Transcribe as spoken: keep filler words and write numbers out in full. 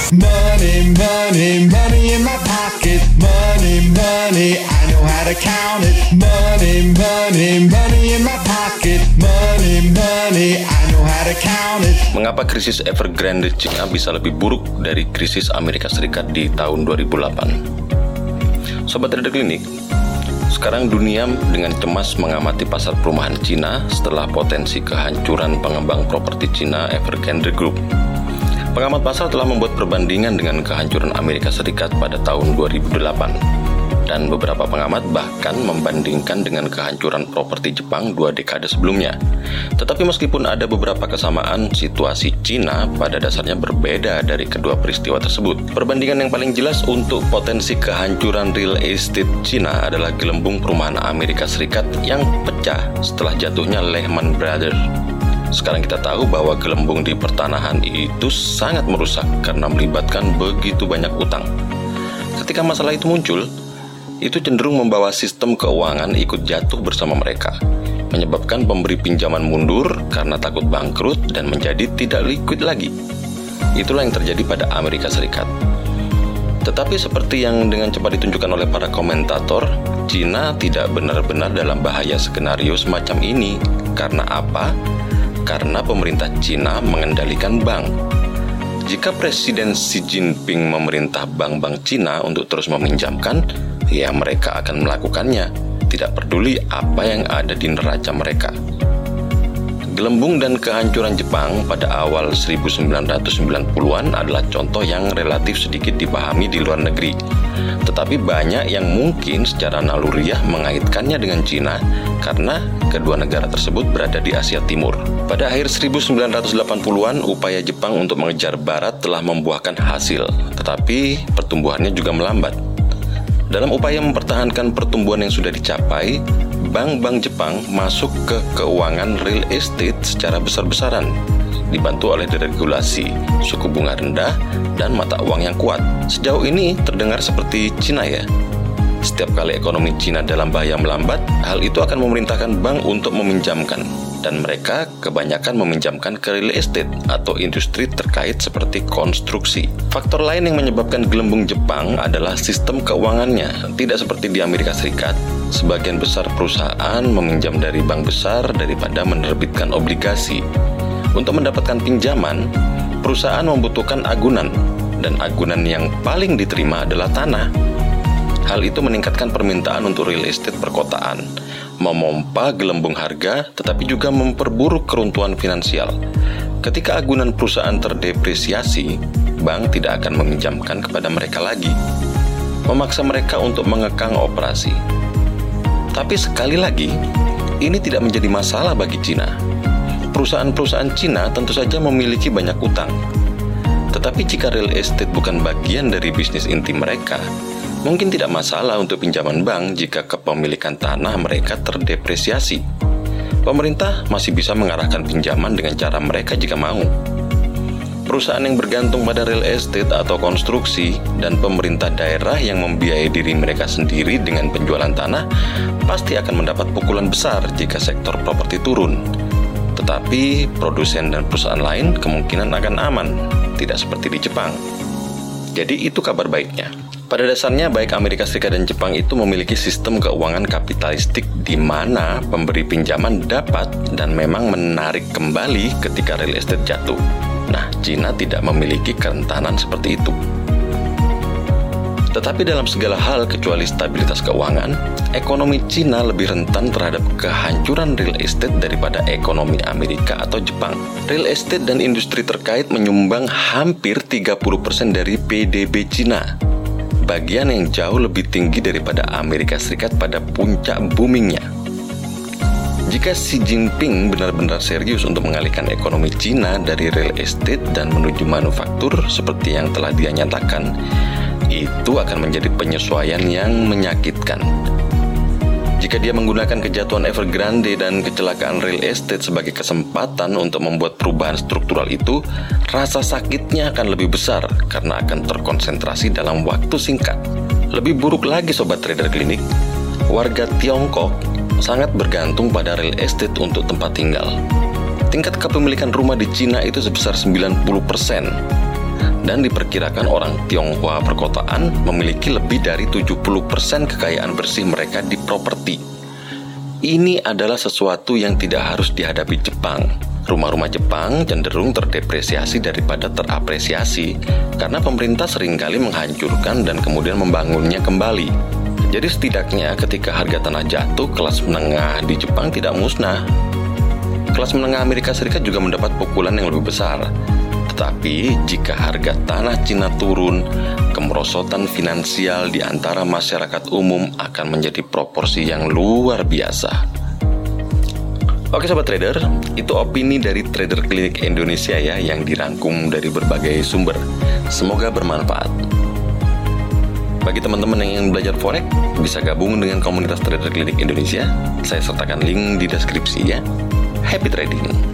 Money, money, money in my pocket. Money, money, I know how to count it. Money, money, money in my pocket. Money, money, I know how to count it. Mengapa krisis Evergrande Cina bisa lebih buruk dari krisis Amerika Serikat di tahun dua ribu delapan? Sobat Trader Klinik, sekarang dunia dengan cemas mengamati pasar perumahan Cina setelah potensi kehancuran pengembang properti Cina Evergrande Group. Pengamat pasar telah membuat perbandingan dengan kehancuran Amerika Serikat pada tahun dua ribu delapan. Dan beberapa pengamat bahkan membandingkan dengan kehancuran properti Jepang dua dekade sebelumnya. Tetapi meskipun ada beberapa kesamaan, situasi Cina pada dasarnya berbeda dari kedua peristiwa tersebut. Perbandingan yang paling jelas untuk potensi kehancuran real estate Cina adalah gelembung perumahan Amerika Serikat yang pecah setelah jatuhnya Lehman Brothers. Sekarang kita tahu bahwa gelembung di pertanahan itu sangat merusak karena melibatkan begitu banyak utang. Ketika masalah itu muncul, itu cenderung membawa sistem keuangan ikut jatuh bersama mereka, menyebabkan pemberi pinjaman mundur karena takut bangkrut dan menjadi tidak liquid lagi. Itulah yang terjadi pada Amerika Serikat. Tetapi seperti yang dengan cepat ditunjukkan oleh para komentator, Cina tidak benar-benar dalam bahaya skenario semacam ini. Karena apa? Karena pemerintah Cina mengendalikan bank. Jika Presiden Xi Jinping memerintah bank-bank Cina untuk terus meminjamkan, ya mereka akan melakukannya, tidak peduli apa yang ada di neraca mereka. Gelembung dan kehancuran Jepang pada awal seribu sembilan ratus sembilan puluhan adalah contoh yang relatif sedikit dipahami di luar negeri. Tetapi banyak yang mungkin secara naluriah mengaitkannya dengan Cina karena kedua negara tersebut berada di Asia Timur. Pada akhir seribu sembilan ratus delapan puluhan, upaya Jepang untuk mengejar Barat telah membuahkan hasil, tetapi pertumbuhannya juga melambat. Dalam upaya mempertahankan pertumbuhan yang sudah dicapai, bank-bank Jepang masuk ke keuangan real estate secara besar-besaran, dibantu oleh deregulasi, suku bunga rendah, dan mata uang yang kuat. Sejauh ini terdengar seperti Cina ya. Setiap kali ekonomi Cina dalam bahaya melambat, hal itu akan memerintahkan bank untuk meminjamkan. Dan mereka kebanyakan meminjamkan ke real estate atau industri terkait seperti konstruksi. Faktor lain yang menyebabkan gelembung Jepang adalah sistem keuangannya. Tidak seperti di Amerika Serikat, sebagian besar perusahaan meminjam dari bank besar daripada menerbitkan obligasi. Untuk mendapatkan pinjaman, perusahaan membutuhkan agunan, dan agunan yang paling diterima adalah tanah. Hal itu meningkatkan permintaan untuk real estate perkotaan, memompa gelembung harga, tetapi juga memperburuk keruntuhan finansial. Ketika agunan perusahaan terdepresiasi, bank tidak akan meminjamkan kepada mereka lagi, memaksa mereka untuk mengekang operasi. Tapi sekali lagi, ini tidak menjadi masalah bagi Cina. Perusahaan-perusahaan Cina tentu saja memiliki banyak utang. Tetapi jika real estate bukan bagian dari bisnis inti mereka, mungkin tidak masalah untuk pinjaman bank jika kepemilikan tanah mereka terdepresiasi. Pemerintah masih bisa mengarahkan pinjaman dengan cara mereka jika mau. Perusahaan yang bergantung pada real estate atau konstruksi dan pemerintah daerah yang membiayai diri mereka sendiri dengan penjualan tanah pasti akan mendapat pukulan besar jika sektor properti turun. Tetapi produsen dan perusahaan lain kemungkinan akan aman, tidak seperti di Jepang. Jadi itu kabar baiknya. Pada dasarnya, baik Amerika Serikat dan Jepang itu memiliki sistem keuangan kapitalistik di mana pemberi pinjaman dapat dan memang menarik kembali ketika real estate jatuh. Nah, Cina tidak memiliki kerentanan seperti itu. Tetapi dalam segala hal kecuali stabilitas keuangan, ekonomi Cina lebih rentan terhadap kehancuran real estate daripada ekonomi Amerika atau Jepang. Real estate dan industri terkait menyumbang hampir tiga puluh persen dari P D B Cina. Bagian yang jauh lebih tinggi daripada Amerika Serikat pada puncak boomingnya. Jika Xi Jinping benar-benar serius untuk mengalihkan ekonomi Cina dari real estate dan menuju manufaktur seperti yang telah dia nyatakan, itu akan menjadi penyesuaian yang menyakitkan. Jika dia menggunakan kejatuhan Evergrande dan kecelakaan real estate sebagai kesempatan untuk membuat perubahan struktural itu, rasa sakitnya akan lebih besar karena akan terkonsentrasi dalam waktu singkat. Lebih buruk lagi Sobat Trader Klinik, warga Tiongkok sangat bergantung pada real estate untuk tempat tinggal. Tingkat kepemilikan rumah di Cina itu sebesar sembilan puluh persen. dan diperkirakan orang Tionghoa perkotaan memiliki lebih dari tujuh puluh persen kekayaan bersih mereka di properti. Ini adalah sesuatu yang tidak harus dihadapi Jepang. Rumah-rumah Jepang cenderung terdepresiasi daripada terapresiasi karena pemerintah seringkali menghancurkan dan kemudian membangunnya kembali. Jadi setidaknya ketika harga tanah jatuh, kelas menengah di Jepang tidak musnah. Kelas menengah Amerika Serikat juga mendapat pukulan yang lebih besar. Tetapi jika harga tanah Cina turun, kemerosotan finansial di antara masyarakat umum akan menjadi proporsi yang luar biasa. Oke sobat trader, itu opini dari Trader Clinic Indonesia ya, yang dirangkum dari berbagai sumber. Semoga bermanfaat. Bagi teman-teman yang ingin belajar forex, bisa gabung dengan komunitas Trader Clinic Indonesia. Saya sertakan link di deskripsi ya. Happy trading!